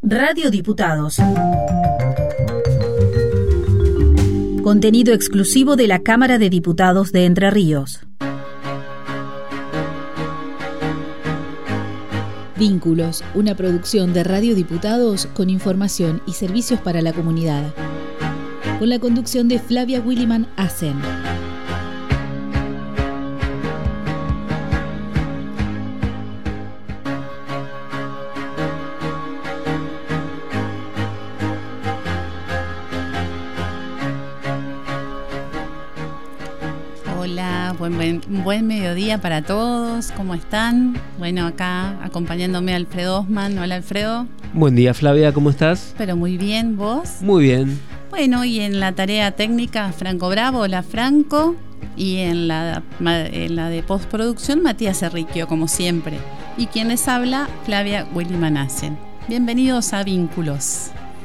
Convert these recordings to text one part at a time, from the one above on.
Radio Diputados. Contenido exclusivo de la Cámara de Diputados de Entre Ríos. Vínculos, una producción de Radio Diputados con información y servicios para la comunidad. Con la conducción de Flavia Williman Asen. Hola, buen mediodía para todos. ¿Cómo están? Bueno, acá acompañándome Alfredo Osman. Hola, Alfredo. Buen día, Flavia, ¿cómo estás? Pero muy bien, ¿vos? Muy bien. Bueno, y en la tarea técnica, Franco Bravo. Hola, Franco. Y en la de postproducción, Matías Cerriquio, como siempre. Y quien les habla, Flavia Williman Asen. Bienvenidos a Vínculos.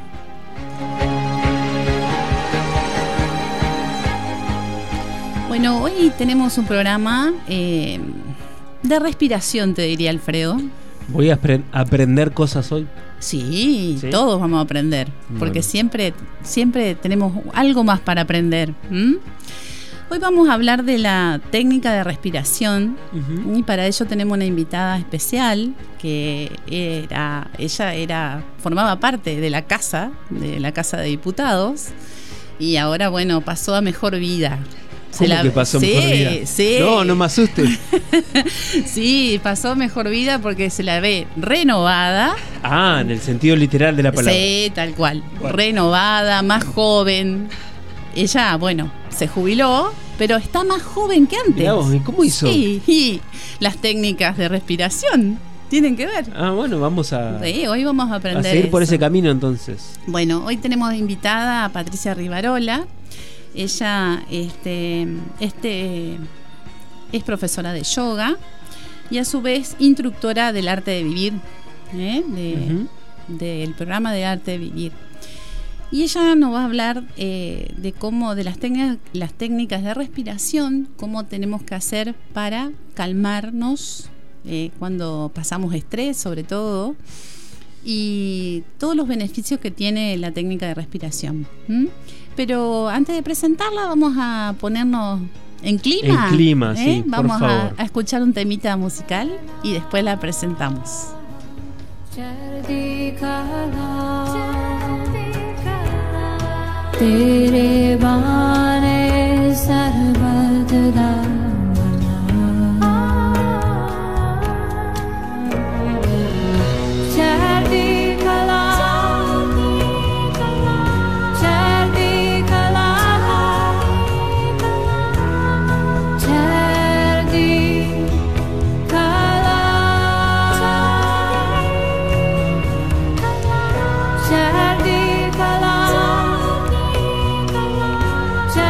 Bueno, hoy tenemos un programa de respiración, te diría, Alfredo. ¿Voy a aprender cosas hoy? Sí, todos vamos a aprender, porque siempre tenemos algo más para aprender. Hoy vamos a hablar de la técnica de respiración, y para ello tenemos una invitada especial que formaba parte de la casa de Diputados, y ahora, bueno, pasó a mejor vida. ¿Cómo que pasó mejor vida? Sí. No me asustes. Sí, pasó mejor vida porque se la ve renovada. Ah, en el sentido literal de la palabra. Sí, tal cual. Bueno. Renovada, más joven. Ella, bueno, se jubiló, pero está más joven que antes. Mirá vos, ¿y cómo hizo? Sí, y las técnicas de respiración tienen que ver. Ah, bueno, vamos a... Sí, hoy vamos a aprender a seguir por eso. ese camino, entonces. Bueno, hoy tenemos de invitada a Patricia Rivarola. Ella es profesora de yoga y a su vez instructora del arte de vivir, del programa de arte de vivir. Y ella nos va a hablar de cómo, de las técnicas de respiración, cómo tenemos que hacer para calmarnos cuando pasamos estrés, sobre todo, y todos los beneficios que tiene la técnica de respiración. Pero antes de presentarla vamos a ponernos en clima. En clima, sí, vamos por favor. a escuchar un temita musical y después la presentamos. Tere bane sarbat damana Chardi kala Chardi kala Chardi kala Chardi kala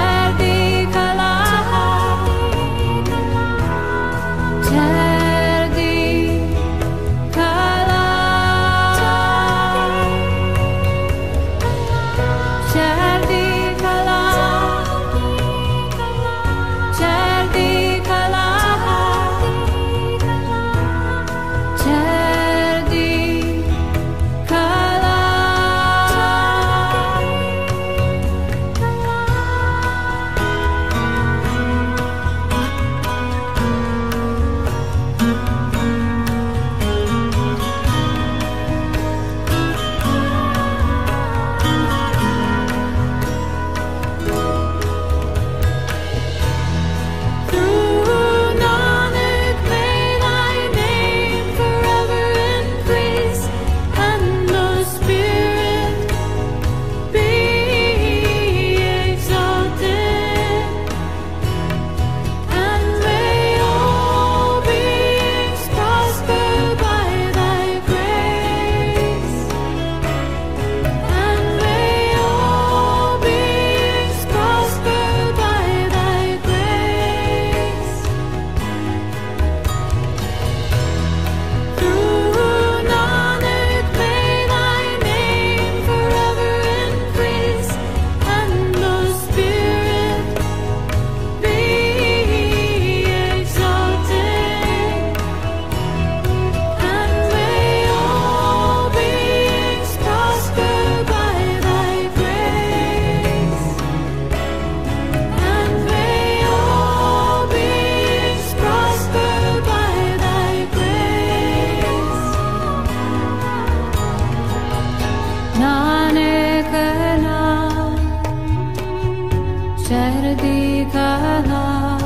Chardi Kala,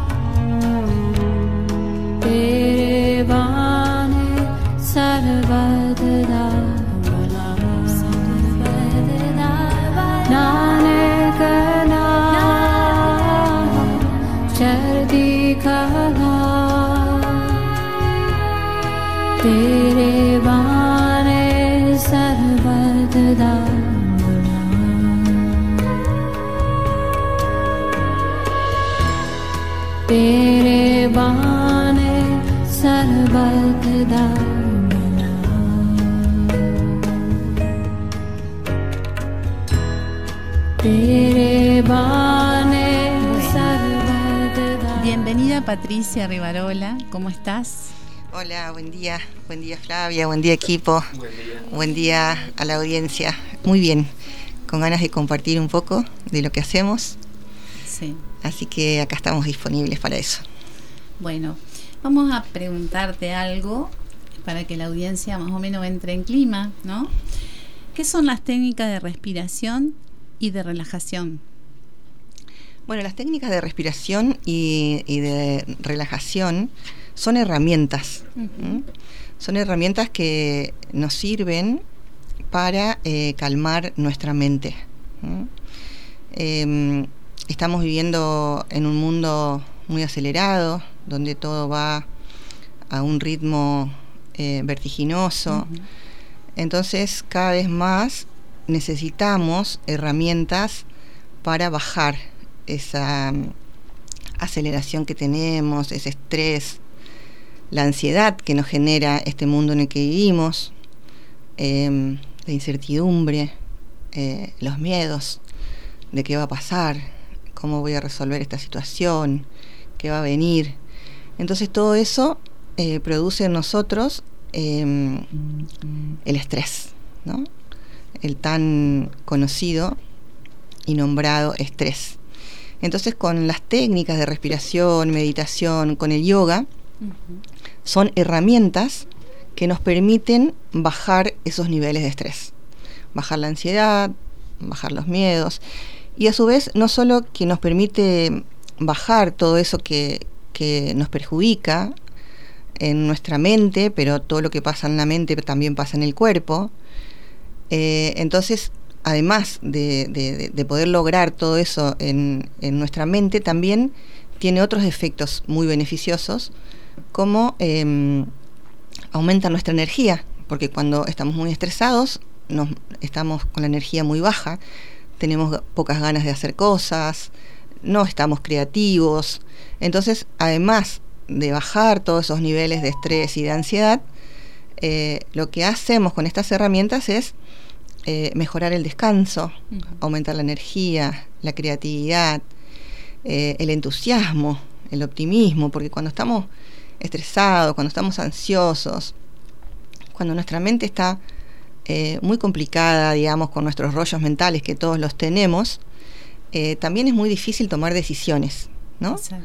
Tere Bane Sarvadada, Nanak Chardi Kala, Tere Bane Sarvadada. Tere bane sarbat damana, Tere bane sarbat damana. Bienvenida Patricia Rivarola, ¿cómo estás? Hola, buen día Flavia, buen día equipo, buen día a la audiencia. Muy bien, con ganas de compartir un poco de lo que hacemos. Sí. Así que acá estamos disponibles para eso. Bueno, vamos a preguntarte algo para que la audiencia más o menos entre en clima, ¿no? ¿Qué son las técnicas de respiración y de relajación? Bueno, las técnicas de respiración y de relajación son herramientas. Uh-huh. Son herramientas que nos sirven para calmar nuestra mente. Estamos viviendo en un mundo muy acelerado, donde todo va a un ritmo vertiginoso. Uh-huh. Entonces, cada vez más necesitamos herramientas para bajar esa aceleración que tenemos, ese estrés, la ansiedad que nos genera este mundo en el que vivimos, la incertidumbre, los miedos de qué va a pasar, cómo voy a resolver esta situación, qué va a venir. Entonces todo eso produce en nosotros el estrés, ¿no? El tan conocido y nombrado estrés. Entonces con las técnicas de respiración, meditación, con el yoga, Uh-huh. son herramientas que nos permiten bajar esos niveles de estrés, bajar la ansiedad, bajar los miedos. Y a su vez, no solo que nos permite bajar todo eso que nos perjudica en nuestra mente, pero todo lo que pasa en la mente también pasa en el cuerpo. Entonces, además de poder lograr todo eso en nuestra mente, también tiene otros efectos muy beneficiosos, como aumenta nuestra energía, porque cuando estamos muy estresados, estamos con la energía muy baja, tenemos pocas ganas de hacer cosas, no estamos creativos. Entonces, además de bajar todos esos niveles de estrés y de ansiedad, lo que hacemos con estas herramientas es mejorar el descanso, Uh-huh. aumentar la energía, la creatividad, el entusiasmo, el optimismo, porque cuando estamos estresados, cuando estamos ansiosos, cuando nuestra mente está muy complicada, digamos, con nuestros rollos mentales, que todos los tenemos, también es muy difícil tomar decisiones, ¿no? Exacto.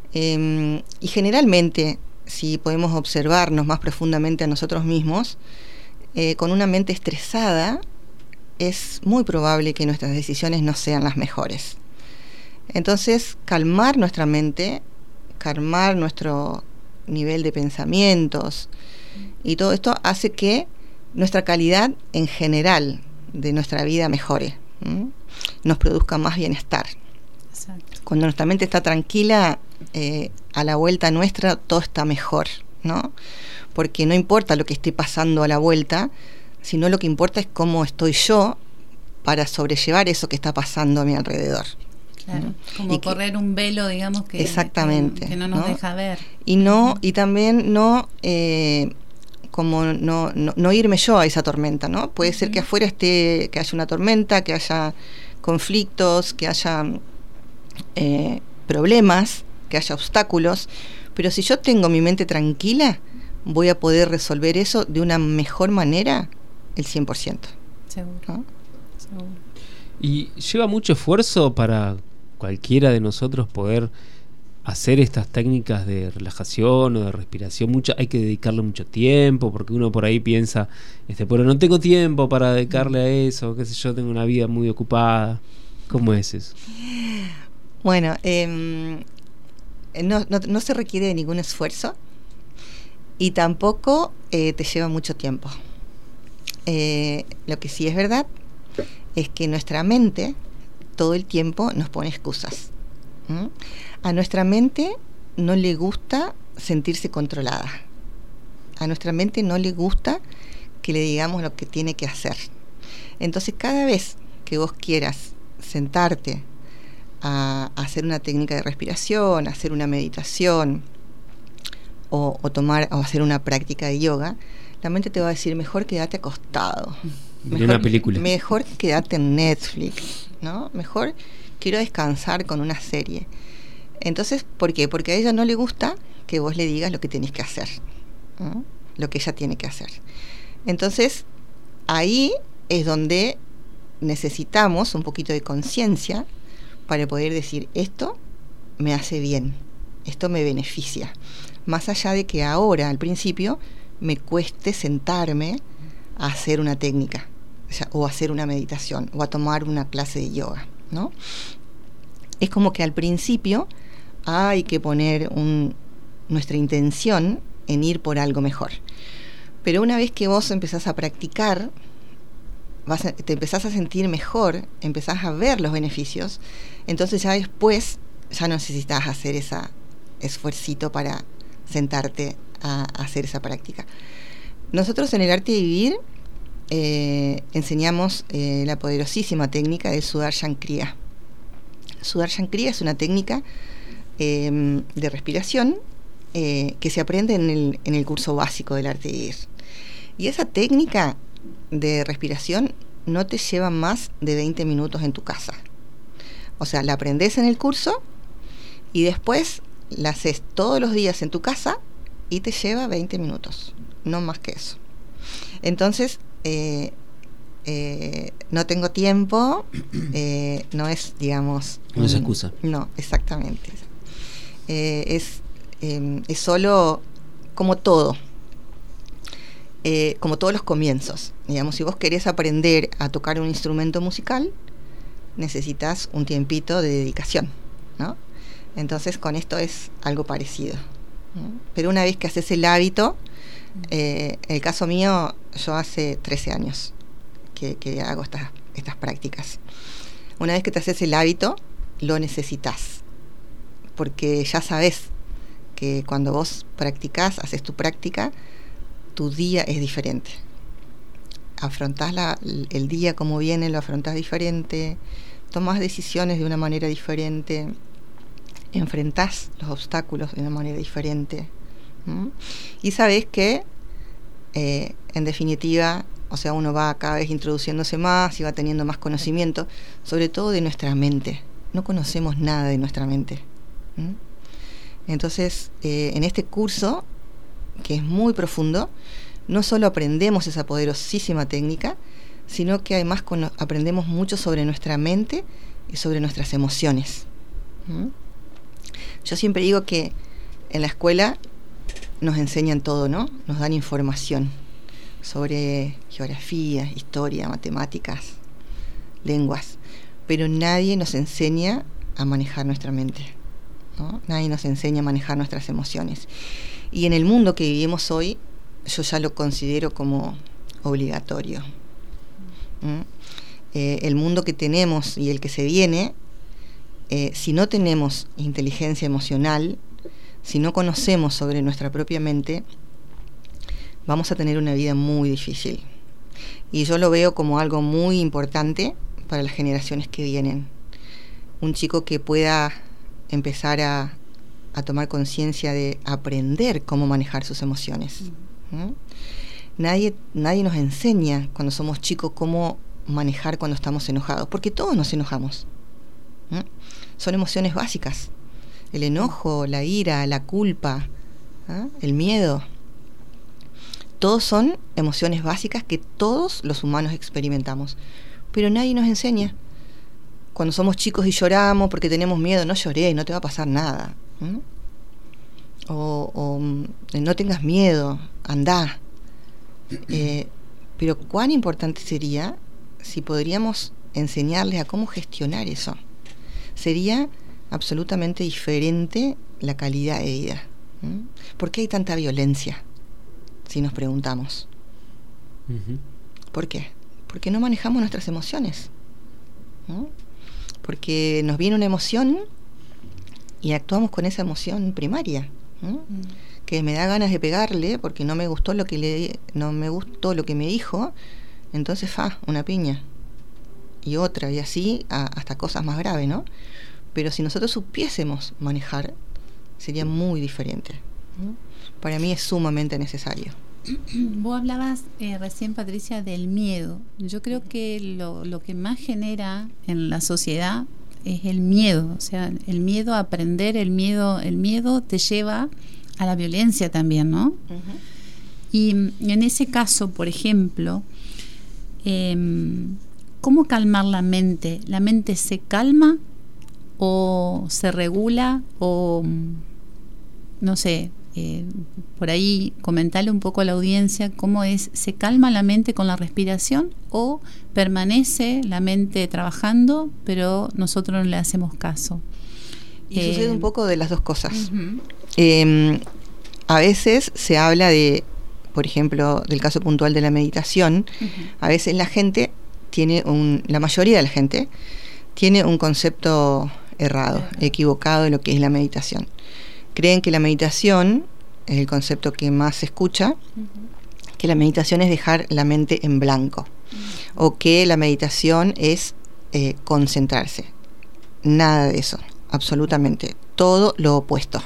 Y generalmente, si podemos observarnos más profundamente a nosotros mismos, con una mente estresada, es muy probable que nuestras decisiones no sean las mejores. Entonces, calmar nuestra mente, calmar nuestro nivel de pensamientos, y todo esto hace que nuestra calidad en general de nuestra vida mejore, nos produzca más bienestar. Exacto. Cuando nuestra mente está tranquila, a la vuelta nuestra todo está mejor, ¿no? Porque no importa lo que esté pasando a la vuelta, sino lo que importa es cómo estoy yo para sobrellevar eso que está pasando a mi alrededor. Claro, como correr un velo, digamos, que exactamente, que no nos deja ver. Y también no irme yo a esa tormenta, ¿no? Puede ser que afuera que haya una tormenta, que haya conflictos, que haya problemas, que haya obstáculos, pero si yo tengo mi mente tranquila, voy a poder resolver eso de una mejor manera el 100%. Seguro. ¿No? Seguro. Y lleva mucho esfuerzo para cualquiera de nosotros poder hacer estas técnicas de relajación o de respiración. Hay que dedicarle mucho tiempo, porque uno por ahí piensa, pero no tengo tiempo para dedicarle a eso, qué sé yo, tengo una vida muy ocupada. ¿Cómo es eso? Bueno, no se requiere de ningún esfuerzo y tampoco te lleva mucho tiempo. Lo que sí es verdad es que nuestra mente todo el tiempo nos pone excusas. A nuestra mente no le gusta sentirse controlada. A nuestra mente no le gusta que le digamos lo que tiene que hacer. Entonces, cada vez que vos quieras sentarte a hacer una técnica de respiración, a hacer una meditación o hacer una práctica de yoga, la mente te va a decir: mejor quédate acostado, una película, mejor quédate en Netflix, ¿no? Mejor quiero descansar con una serie. Entonces, ¿por qué? Porque a ella no le gusta que vos le digas lo que tenés que hacer, ¿no? Lo que ella tiene que hacer. Entonces, ahí es donde necesitamos un poquito de conciencia para poder decir: esto me hace bien, esto me beneficia, más allá de que ahora, al principio, me cueste sentarme a hacer una técnica, o a hacer una meditación, o a tomar una clase de yoga, ¿no? Es como que al principio hay que poner nuestra intención en ir por algo mejor. Pero una vez que vos empezás a practicar, te empezás a sentir mejor, empezás a ver los beneficios, entonces ya después ya no necesitas hacer ese esfuercito para sentarte a hacer esa práctica. Nosotros en el Arte de Vivir enseñamos la poderosísima técnica del Sudarshan Kriya. Sudarshan Kriya es una técnica de respiración que se aprende en el curso básico del Arte de Vivir. Y esa técnica de respiración no te lleva más de 20 minutos en tu casa. O sea, la aprendes en el curso y después la haces todos los días en tu casa y te lleva 20 minutos, no más que eso. Entonces, no tengo tiempo, no es, digamos... No es excusa. No, exactamente. Es solo como todo. Como todos los comienzos, digamos, si vos querés aprender a tocar un instrumento musical, necesitas un tiempito de dedicación, ¿no? Entonces, con esto es algo parecido, ¿no? Pero una vez que haces el hábito, en el caso mío, yo hace 13 años que hago estas prácticas. Una vez que te haces el hábito, lo necesitas, porque ya sabes que cuando vos practicás, haces tu práctica, tu día es diferente. Afrontás el día como viene, lo afrontás diferente, tomás decisiones de una manera diferente, enfrentás los obstáculos de una manera diferente. Y sabés que, en definitiva, o sea, uno va cada vez introduciéndose más y va teniendo más conocimiento, sobre todo de nuestra mente. No conocemos nada de nuestra mente. Entonces, en este curso, que es muy profundo, no solo aprendemos esa poderosísima técnica, sino que además aprendemos mucho sobre nuestra mente y sobre nuestras emociones. Yo siempre digo que en la escuela nos enseñan todo, ¿no? Nos dan información sobre geografía, historia, matemáticas, lenguas, pero nadie nos enseña a manejar nuestra mente, ¿no? Nadie nos enseña a manejar nuestras emociones. Y en el mundo que vivimos hoy, yo ya lo considero como obligatorio. El mundo que tenemos y el que se viene, si no tenemos inteligencia emocional, si no conocemos sobre nuestra propia mente, vamos a tener una vida muy difícil. Y yo lo veo como algo muy importante para las generaciones que vienen. Un chico que pueda empezar a tomar conciencia de aprender cómo manejar sus emociones. Nadie nos enseña cuando somos chicos cómo manejar cuando estamos enojados, porque todos nos enojamos. Son emociones básicas: el enojo, la ira, la culpa, el miedo. Todos son emociones básicas que todos los humanos experimentamos, pero nadie nos enseña. Cuando somos chicos y lloramos porque tenemos miedo: no lloré, no te va a pasar nada. O no tengas miedo, andá. Pero cuán importante sería si podríamos enseñarles a cómo gestionar eso. Sería absolutamente diferente la calidad de vida. ¿Por qué hay tanta violencia? Si nos preguntamos. ¿Por qué? Porque no manejamos nuestras emociones, ¿no? Porque nos viene una emoción y actuamos con esa emoción primaria, ¿no? Que me da ganas de pegarle porque no me gustó lo que me dijo, entonces una piña y otra y así hasta cosas más graves, ¿no? Pero si nosotros supiésemos manejar, sería muy diferente, ¿no? Para mí es sumamente necesario. Vos hablabas recién, Patricia, del miedo. Yo creo que lo que más genera en la sociedad es el miedo, o sea, el miedo a aprender, el miedo te lleva a la violencia también, ¿no? Y en ese caso, por ejemplo, ¿cómo calmar la mente? ¿La mente se calma o se regula o no sé? Por ahí comentarle un poco a la audiencia cómo es, ¿se calma la mente con la respiración o permanece la mente trabajando pero nosotros no le hacemos caso? Y sucede un poco de las dos cosas. A veces se habla de, por ejemplo, del caso puntual de la meditación. A veces la gente la mayoría de la gente tiene un concepto errado, equivocado de lo que es la meditación. Creen que la meditación es el concepto que más se escucha, que la meditación es dejar la mente en blanco, o que la meditación es concentrarse. Nada de eso, absolutamente. Todo lo opuesto.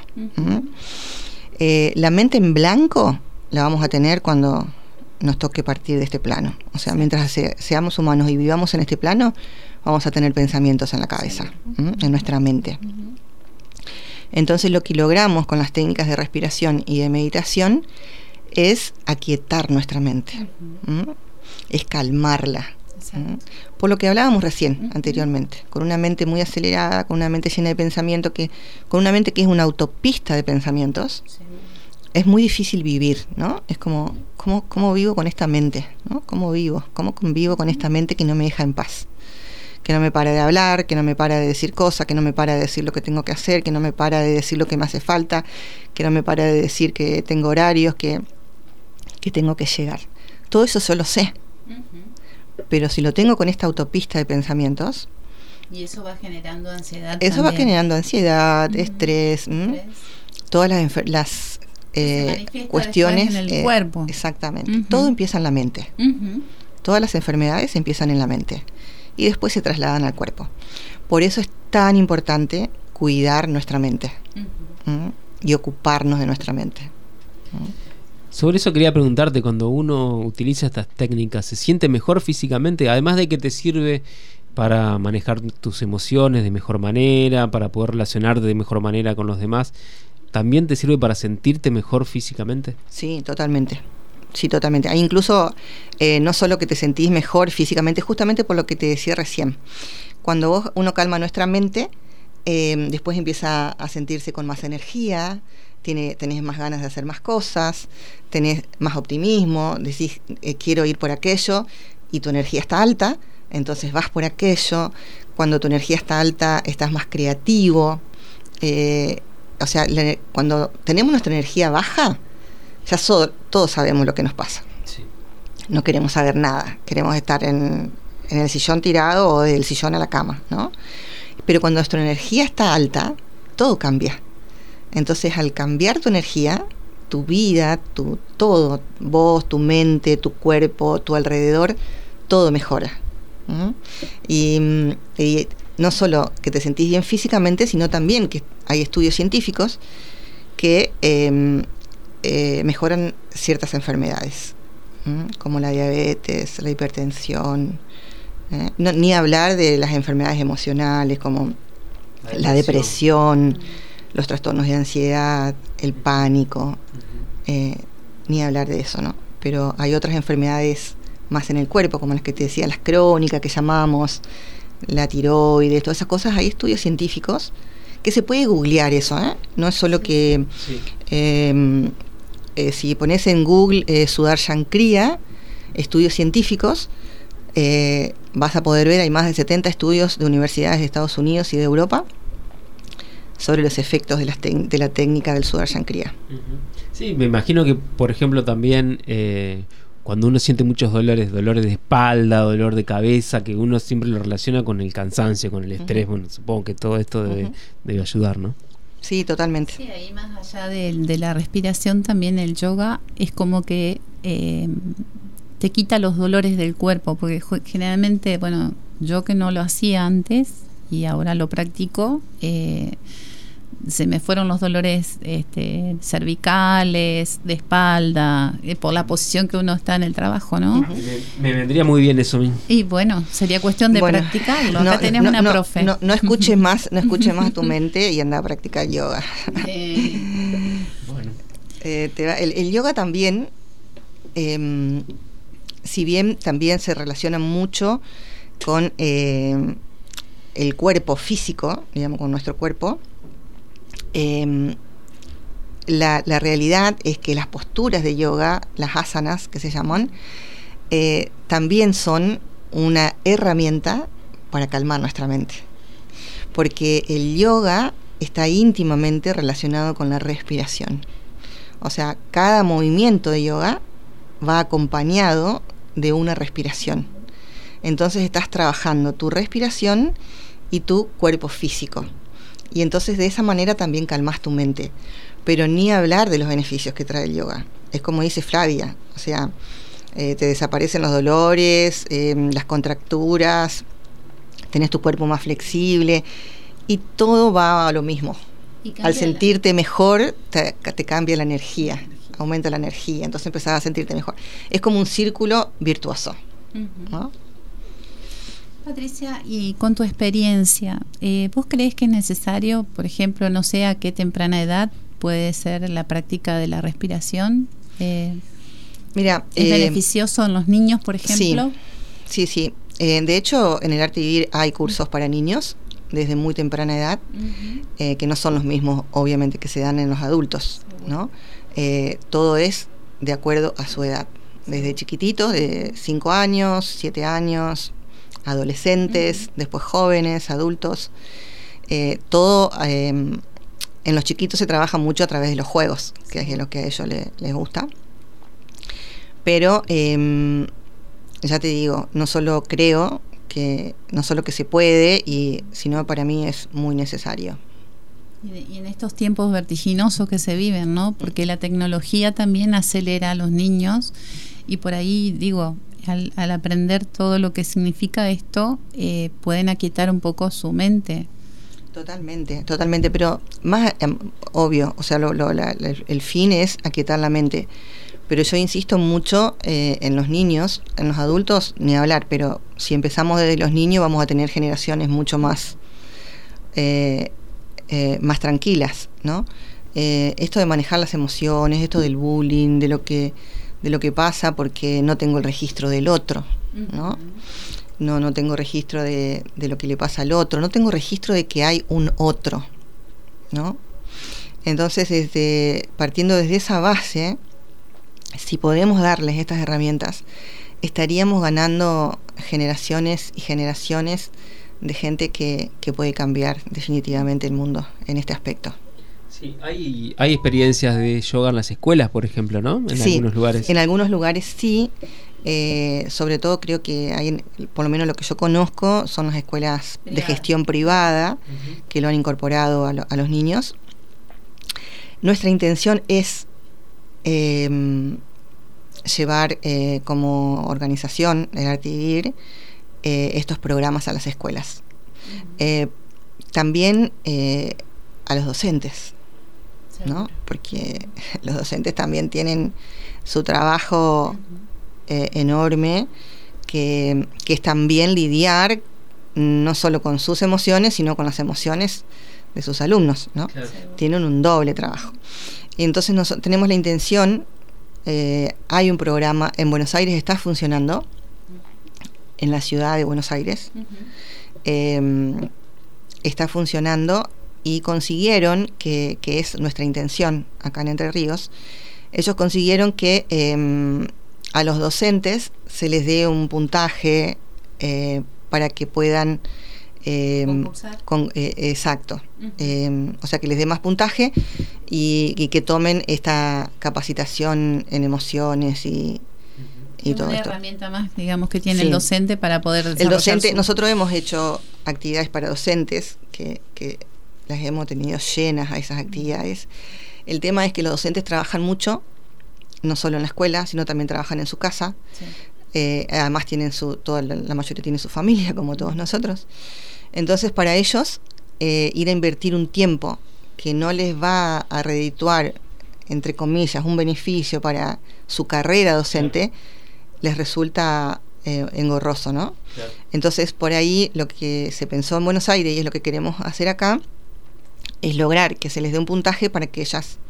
La mente en blanco la vamos a tener cuando nos toque partir de este plano. O sea, mientras seamos humanos y vivamos en este plano, vamos a tener pensamientos en la cabeza, en nuestra mente. Entonces lo que logramos con las técnicas de respiración y de meditación es aquietar nuestra mente, es calmarla, por lo que hablábamos recién, anteriormente, con una mente muy acelerada, con una mente llena de pensamiento, con una mente que es una autopista de pensamientos. Es muy difícil vivir, ¿no? Es como, ¿cómo vivo con esta mente? ¿No? ¿Cómo convivo con esta mente que no me deja en paz? Que no me para de hablar, que no me para de decir cosas, que no me para de decir lo que tengo que hacer, que no me para de decir lo que me hace falta, que no me para de decir que tengo horarios, que tengo que llegar. Todo eso yo lo sé. Pero si lo tengo con esta autopista de pensamientos... Y eso va generando ansiedad. Eso también va generando ansiedad, estrés, todas las cuestiones en el cuerpo. Exactamente. Todo empieza en la mente. Todas las enfermedades empiezan en la mente y después se trasladan al cuerpo. Por eso es tan importante cuidar nuestra mente y ocuparnos de nuestra mente. Sobre eso quería preguntarte, cuando uno utiliza estas técnicas, ¿se siente mejor físicamente? Además de que te sirve para manejar tus emociones de mejor manera, para poder relacionarte de mejor manera con los demás, ¿también te sirve para sentirte mejor físicamente? Sí, totalmente. Sí, totalmente. Hay incluso no solo que te sentís mejor físicamente, justamente por lo que te decía recién. Cuando uno calma nuestra mente, después empieza a sentirse con más energía, tenés más ganas de hacer más cosas, tenés más optimismo, decís quiero ir por aquello, y tu energía está alta, entonces vas por aquello. Cuando tu energía está alta, estás más creativo. O sea, cuando tenemos nuestra energía baja, ya todos sabemos lo que nos pasa. Sí. No queremos saber nada, queremos estar en el sillón tirado o del sillón a la cama, ¿no? Pero cuando nuestra energía está alta, todo cambia. Entonces, al cambiar tu energía, tu vida, todo, vos, tu mente, tu cuerpo, tu alrededor, todo mejora. Y no solo que te sentís bien físicamente, sino también que hay estudios científicos que mejoran ciertas enfermedades, como la diabetes, la hipertensión, ni hablar de las enfermedades emocionales como la depresión, los trastornos de ansiedad, el pánico, ni hablar de eso, ¿no? Pero hay otras enfermedades más en el cuerpo, como las que te decía, las crónicas que llamamos, la tiroides, todas esas cosas. Hay estudios científicos que se puede googlear eso, no es solo que si pones en Google Sudarshan Kriya, estudios científicos, vas a poder ver, hay más de 70 estudios de universidades de Estados Unidos y de Europa sobre los efectos de la técnica del Sudarshan Kriya. Sí, me imagino que, por ejemplo, también cuando uno siente muchos dolores de espalda, dolor de cabeza, que uno siempre lo relaciona con el cansancio, con el estrés, bueno, supongo que todo esto debe ayudar, ¿no? Sí, totalmente. Sí, ahí más allá de la respiración, también el yoga es como que te quita los dolores del cuerpo, porque generalmente, bueno, yo que no lo hacía antes y ahora lo practico, se me fueron los dolores cervicales, de espalda, por la posición que uno está en el trabajo, ¿no? Me vendría muy bien eso mismo. Y bueno, sería cuestión de practicarlo. Acá tenés una profe. No escuches más a tu mente y anda a practicar yoga. Bueno. El yoga también, si bien también se relaciona mucho con el cuerpo físico, digamos, con nuestro cuerpo, la realidad es que las posturas de yoga, las asanas que se llaman, también son una herramienta para calmar nuestra mente, porque el yoga está íntimamente relacionado con la respiración. O sea, cada movimiento de yoga va acompañado de una respiración. Entonces estás trabajando tu respiración y tu cuerpo físico. Y entonces de esa manera también calmas tu mente. Pero ni hablar de los beneficios que trae el yoga. Es como dice Flavia, o sea, te desaparecen los dolores, las contracturas, tenés tu cuerpo más flexible y todo va a lo mismo. Al sentirte mejor, te cambia la energía, aumenta la energía, entonces empezás a sentirte mejor. Es como un círculo virtuoso, ¿no? Patricia, y con tu experiencia, ¿vos creés que es necesario, por ejemplo, no sé a qué temprana edad puede ser la práctica de la respiración? Mira, ¿es beneficioso en los niños, por ejemplo? Sí. De hecho, en el Arte de Vivir hay cursos para niños desde muy temprana edad, que no son los mismos, obviamente, que se dan en los adultos, ¿no? Todo es de acuerdo a su edad, desde chiquititos, de 5 años, 7 años, adolescentes, después jóvenes, adultos, todo en los chiquitos se trabaja mucho a través de los juegos, que es lo que a ellos les gusta, pero ya te digo, no solo creo que se puede, sino para mí es muy necesario. Y en estos tiempos vertiginosos que se viven, ¿no? Porque la tecnología también acelera a los niños y por ahí, digo, al aprender todo lo que significa esto, pueden aquietar un poco su mente. Totalmente, pero más obvio, o sea, el fin es aquietar la mente. Pero yo insisto mucho en los niños, en los adultos ni hablar, pero si empezamos desde los niños vamos a tener generaciones mucho más tranquilas, ¿no? Esto de manejar las emociones, esto del bullying, de lo que pasa porque no tengo el registro del otro, ¿no? No tengo registro de lo que le pasa al otro, no tengo registro de que hay un otro, ¿no? Entonces, partiendo desde esa base, si podemos darles estas herramientas, estaríamos ganando generaciones y generaciones de gente que puede cambiar definitivamente el mundo en este aspecto. Sí, hay experiencias de yoga en las escuelas, por ejemplo, ¿no? Algunos lugares. En algunos lugares sí. Sobre todo creo que hay, por lo menos lo que yo conozco, son las escuelas de gestión privada que lo han incorporado a los niños. Nuestra intención es llevar como organización el Arte de Vivir estos programas a las escuelas. También a los docentes, ¿no? Porque los docentes también tienen su trabajo enorme, que es también lidiar no solo con sus emociones, sino con las emociones de sus alumnos, ¿no? Claro. Tienen un doble trabajo. Y entonces tenemos la intención, hay un programa en Buenos Aires, está funcionando, en la ciudad de Buenos Aires, está funcionando y consiguieron, que es nuestra intención acá en Entre Ríos, ellos consiguieron que a los docentes se les dé un puntaje para que puedan Concursar. Exacto. O sea, que les dé más puntaje y que tomen esta capacitación en emociones y todo una esto. herramienta más, digamos, que tiene Sí. el docente para poder desarrollar El docente, su- nosotros hemos hecho actividades para docentes que las hemos tenido llenas a esas actividades. El tema es que los docentes trabajan mucho, no solo en la escuela, sino también trabajan en su casa. Sí. Además tienen la mayoría tiene su familia, como todos nosotros. Entonces, para ellos, ir a invertir un tiempo que no les va a redituar, entre comillas, un beneficio para su carrera docente, les resulta engorroso, ¿no? Claro. Entonces, por ahí lo que se pensó en Buenos Aires y es lo que queremos hacer acá, es lograr que se les dé un puntaje para que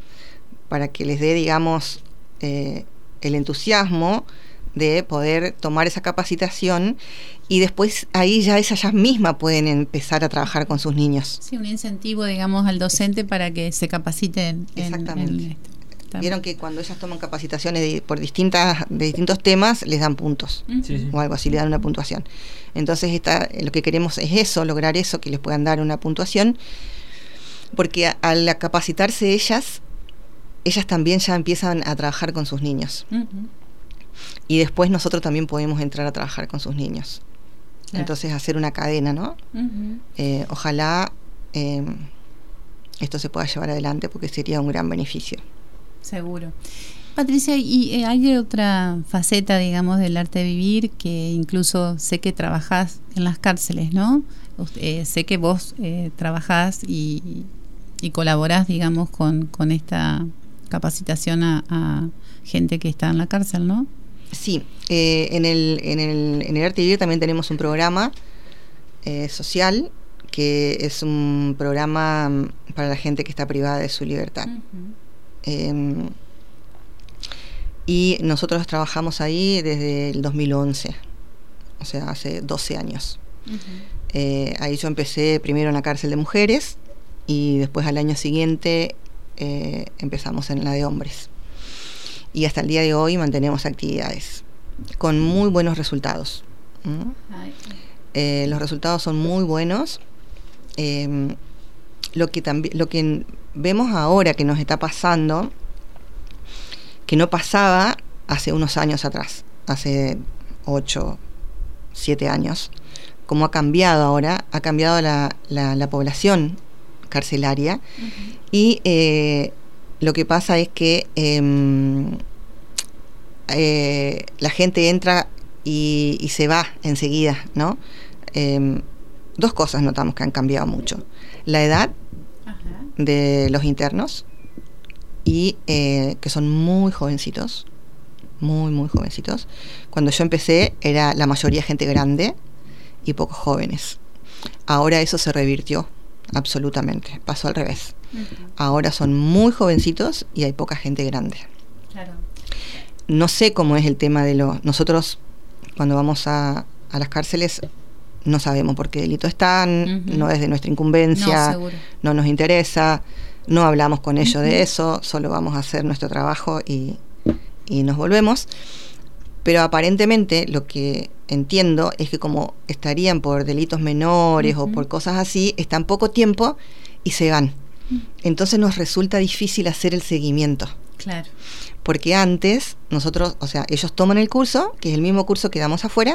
les dé, digamos, el entusiasmo de poder tomar esa capacitación y después ahí ya ellas mismas pueden empezar a trabajar con sus niños. Sí, un incentivo, digamos, al docente para que se capaciten Exactamente. esto. Está Vieron bien. que cuando ellas toman capacitaciones de distintos temas, les dan puntos Ujú. Sí, sí. o algo así, le dan una puntuación. Entonces lo que queremos es eso, lograr eso, que les puedan dar una puntuación, porque al capacitarse ellas también ya empiezan a trabajar con sus niños. Ujú. Y después nosotros también podemos entrar a trabajar con sus niños. Claro. Entonces hacer una cadena, ¿no? Ujú. Ojalá esto se pueda llevar adelante porque sería un gran beneficio. Seguro. Patricia, y hay otra faceta, digamos, del arte de vivir que incluso sé que trabajás en las cárceles, ¿no? Sé que vos trabajás y colaborás, digamos, con esta capacitación a gente que está en la cárcel, ¿no? Sí, en el Arte de Vivir también tenemos un programa social que es un programa para la gente que está privada de su libertad. Uh-huh. Y nosotros trabajamos ahí desde el 2011, o sea, hace 12 años. Uh-huh. Ahí yo empecé primero en la cárcel de mujeres y después al año siguiente empezamos en la de hombres. Y hasta el día de hoy mantenemos actividades con muy buenos resultados. Los resultados son muy buenos. Lo que vemos ahora que nos está pasando, que no pasaba hace unos años atrás, hace 8, 7 años, como ha cambiado ahora, ha cambiado la población carcelaria. Uh-huh. Y lo que pasa es que la gente entra y se va enseguida, ¿no? Dos cosas notamos que han cambiado mucho: la edad uh-huh. de los internos, y que son muy jovencitos, muy jovencitos. Cuando yo empecé era la mayoría gente grande y pocos jóvenes. Ahora eso se revirtió absolutamente, pasó al revés. Uh-huh. Ahora son muy jovencitos y hay poca gente grande. Claro. No sé cómo es el tema de nosotros cuando vamos a las cárceles no sabemos por qué delito están, uh-huh. no es de nuestra incumbencia, no nos interesa, no hablamos con ellos uh-huh. de eso, solo vamos a hacer nuestro trabajo y nos volvemos. Pero aparentemente lo que entiendo es que como estarían por delitos menores uh-huh. o por cosas así, están poco tiempo y se van. Uh-huh. Entonces nos resulta difícil hacer el seguimiento. Claro. Porque antes nosotros, o sea, ellos toman el curso, que es el mismo curso que damos afuera,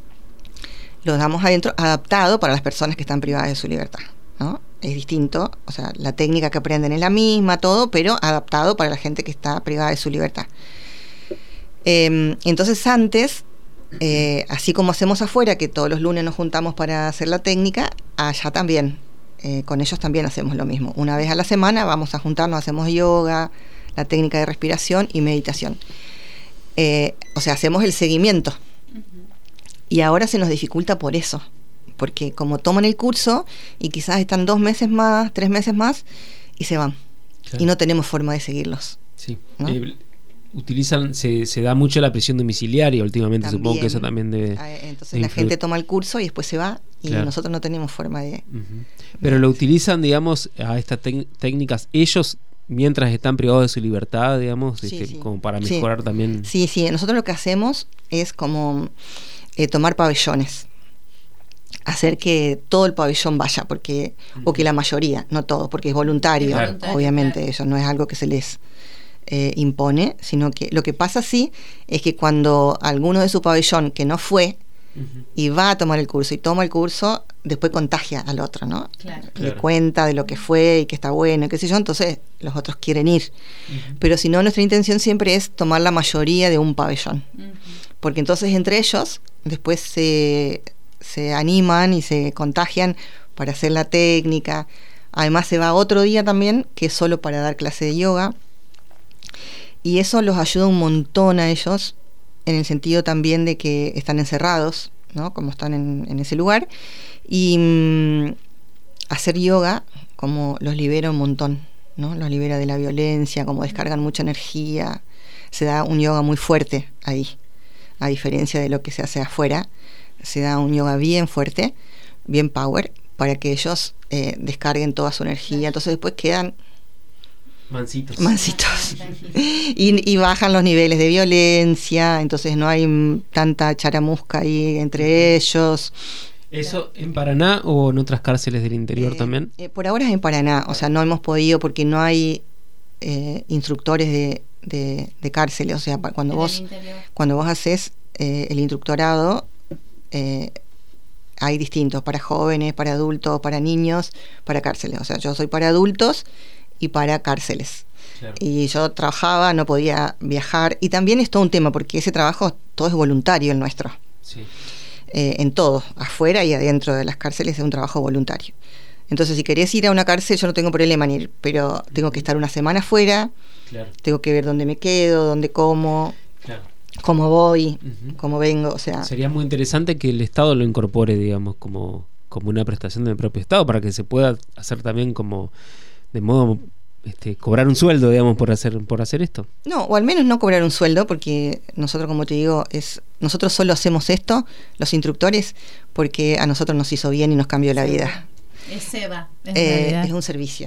lo damos adentro, adaptado para las personas que están privadas de su libertad, ¿no? Es distinto, o sea, la técnica que aprenden es la misma, todo, pero adaptado para la gente que está privada de su libertad. Entonces antes, así como hacemos afuera, que todos los lunes nos juntamos para hacer la técnica, allá también, con ellos también hacemos lo mismo. Una vez a la semana vamos a juntarnos, hacemos yoga, la técnica de respiración y meditación. O sea, hacemos el seguimiento. Uh-huh. Y ahora se nos dificulta por eso, porque como toman el curso y quizás están 2 meses más, 3 meses más y se van. Claro. Y no tenemos forma de seguirlos. Sí. ¿No? Utilizan, se da mucho la prisión domiciliaria últimamente, también, supongo que eso también debe. Entonces la gente toma el curso y después se va y claro. nosotros no tenemos forma de. Uh-huh. Pero lo utilizan, digamos, a estas técnicas ellos mientras están privados de su libertad, digamos, sí. como para mejorar sí. también. Sí, nosotros lo que hacemos es como tomar pabellones. hacer que todo el pabellón vaya, porque o que la mayoría, no todos, porque es voluntario, Es voluntario, obviamente, claro. eso no es algo que se les impone, sino que lo que pasa sí es que cuando alguno de su pabellón que no fue y va a tomar el curso y toma el curso, después contagia al otro, ¿no? Claro. Le Claro. cuenta de lo que fue y que está bueno, qué sé yo, entonces los otros quieren ir. Pero si no, nuestra intención siempre es tomar la mayoría de un pabellón, porque entonces entre ellos después se animan y se contagian para hacer la técnica. Además se va otro día también que es solo para dar clase de yoga, y eso los ayuda un montón a ellos en el sentido también de que están encerrados, ¿no? Como están en ese lugar, y hacer yoga como los libera un montón, ¿no? Los libera de la violencia, como descargan mucha energía, se da un yoga muy fuerte ahí, a diferencia de lo que se hace afuera, se da un yoga bien fuerte, bien power, para que ellos descarguen toda su energía, entonces después quedan Mansitos. y bajan los niveles de violencia, entonces no hay tanta charamusca ahí entre ellos. ¿Eso en Paraná o en otras cárceles del interior también? Por ahora es en Paraná, o sea, no hemos podido porque no hay instructores de cárceles, o sea, cuando vos haces el instructorado, hay distintos, para jóvenes, para adultos, para niños, para cárceles, o sea, yo soy para adultos y para cárceles. Claro. Y yo trabajaba, no podía viajar, y también es todo un tema, porque ese trabajo todo es voluntario el nuestro. Sí. En todo, afuera y adentro de las cárceles es un trabajo voluntario. Entonces, si querés ir a una cárcel, yo no tengo problema en ir, pero tengo que estar una semana afuera, Claro. tengo que ver dónde me quedo, dónde como, Claro. cómo voy, Ujú. cómo vengo, o sea... Sería muy interesante que el Estado lo incorpore, digamos, como una prestación del propio Estado, para que se pueda hacer también como de modo cobrar un sueldo, digamos, por hacer esto. No, o al menos no cobrar un sueldo, porque nosotros, como te digo, nosotros solo hacemos esto, los instructores, porque a nosotros nos hizo bien y nos cambió la vida. Es SEBA. Es un servicio.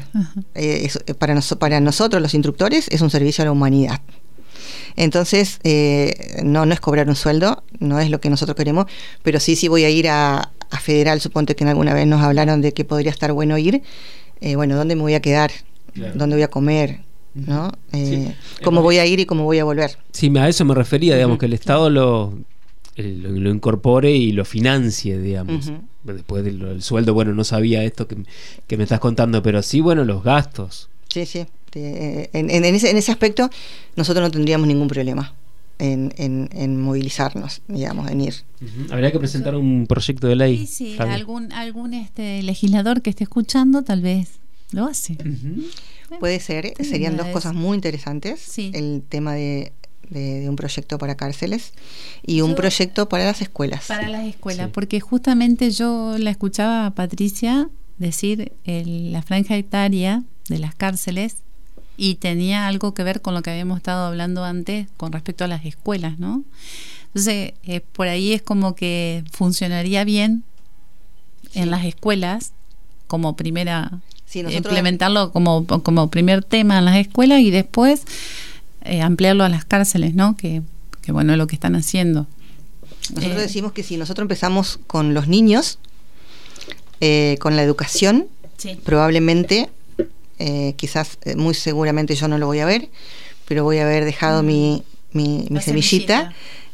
Para nosotros, los instructores, es un servicio a la humanidad. Entonces, no es cobrar un sueldo, no es lo que nosotros queremos, pero sí voy a ir a Federal, suponte que alguna vez nos hablaron de que podría estar bueno ir. Bueno, ¿dónde me voy a quedar? Claro. ¿Dónde voy a comer? ¿No? Sí. ¿Cómo voy a ir y cómo voy a volver? Sí, a eso me refería, digamos, que el Estado lo incorpore y lo financie, digamos. Ujú. Después del sueldo, bueno, no sabía esto que me estás contando, pero sí, bueno, los gastos. Sí. En ese aspecto, nosotros no tendríamos ningún problema en movilizarnos, digamos, en ir. Ujú. Habría que presentar un proyecto de ley. Sí, Flavia. algún legislador que esté escuchando tal vez lo hace. Ujú. Puede ser, serían dos cosas muy interesantes. Sí. El tema de un proyecto para cárceles y un Yo- proyecto para las escuelas. Para las escuelas, Sí. porque justamente yo la escuchaba a Patricia decir la franja etaria de las cárceles y tenía algo que ver con lo que habíamos estado hablando antes con respecto a las escuelas, ¿no? Entonces, por ahí es como que funcionaría bien en las escuelas como primera, Sí, nosotros- implementarlo como primer tema en las escuelas y después ampliarlo a las cárceles, ¿no? Que bueno, es lo que están haciendo. Nosotros decimos que si nosotros empezamos con los niños, con la educación, Sí. probablemente, quizás, muy seguramente yo no lo voy a ver, pero voy a haber dejado mi La semillita,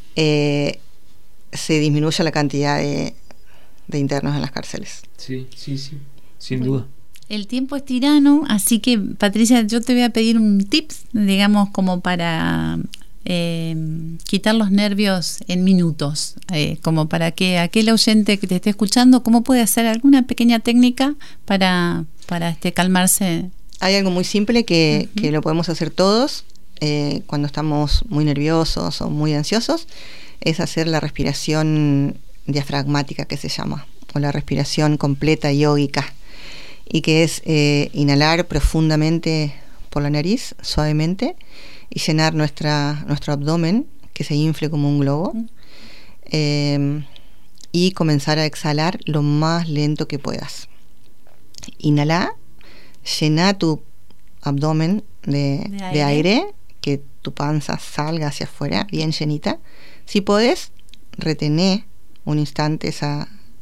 se disminuye la cantidad de internos en las cárceles. Sí, sin Bueno. duda. El tiempo es tirano, así que Patricia, yo te voy a pedir un tips, digamos, como para quitar los nervios en minutos, como para que aquel oyente que te esté escuchando, ¿cómo puede hacer alguna pequeña técnica para calmarse? Hay algo muy simple que Ujú. lo podemos hacer todos cuando estamos muy nerviosos o muy ansiosos, es hacer la respiración diafragmática, que se llama, o la respiración completa yógica, y que es inhalar profundamente por la nariz, suavemente, y llenar nuestro abdomen, que se infle como un globo, y comenzar a exhalar lo más lento que puedas. Inhala, llena tu abdomen de aire, que tu panza salga hacia afuera, bien llenita. Si podés, retené un instante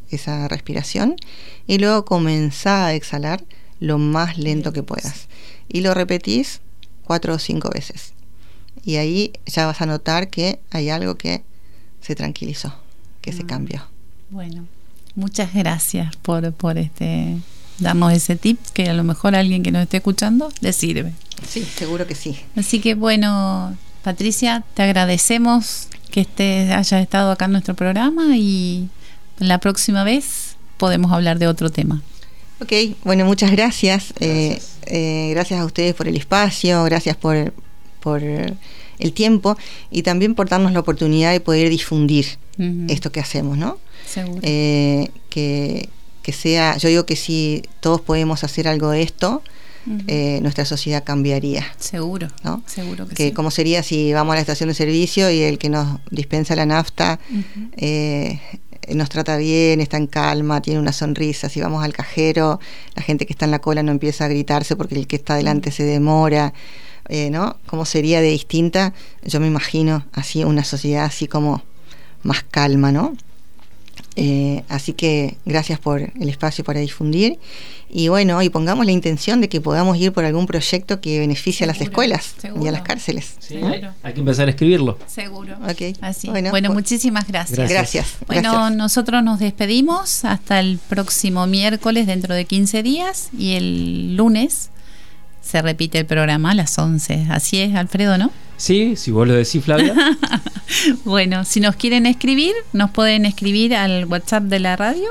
esa respiración y luego comenzá a exhalar lo más lento que puedas. Y lo repetís 4 o 5 veces. Y ahí ya vas a notar que hay algo que se tranquilizó, que se cambió. Bueno, muchas gracias por darnos ese tip que a lo mejor a alguien que nos esté escuchando le sirve. Sí, seguro que sí. Así que bueno, Patricia, te agradecemos que hayas estado acá en nuestro programa y la próxima vez podemos hablar de otro tema. Ok, bueno, muchas gracias. Gracias a ustedes por el espacio, gracias por el tiempo y también por darnos la oportunidad de poder difundir esto que hacemos, ¿no? Seguro. Que sea, yo digo que si todos podemos hacer algo de esto, nuestra sociedad cambiaría. Seguro, ¿no? Seguro que sí. Como sería si vamos a la estación de servicio y el que nos dispensa la nafta nos trata bien, está en calma, tiene una sonrisa. Si vamos al cajero, la gente que está en la cola no empieza a gritarse porque el que está delante se demora, ¿no? ¿Cómo sería de distinta? Yo me imagino así una sociedad así como más calma, ¿no? Así que gracias por el espacio para difundir y bueno, y pongamos la intención de que podamos ir por algún proyecto que beneficie a las escuelas y a las cárceles. Sí, hay que empezar a escribirlo. Seguro. Okay. Así. Bueno, muchísimas gracias. Gracias. Bueno, nosotros nos despedimos hasta el próximo miércoles dentro de 15 días y el lunes se repite el programa a las 11. Así es, Alfredo, ¿no? Sí, si vos lo decís, Flavia. Bueno, si nos quieren escribir, nos pueden escribir al WhatsApp de la radio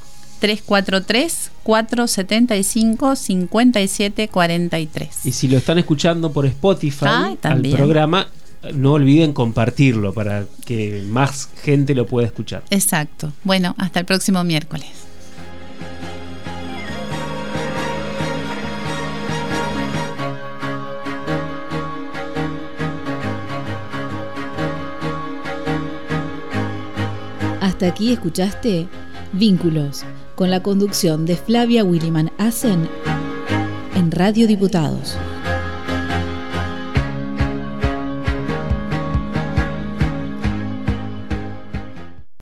343-475-5743. Y si lo están escuchando por Spotify al también. Programa, no olviden compartirlo para que más gente lo pueda escuchar. Exacto. Bueno, hasta el próximo miércoles. Hasta aquí escuchaste Vínculos, con la conducción de Flavia Williman Asen en Radio Diputados.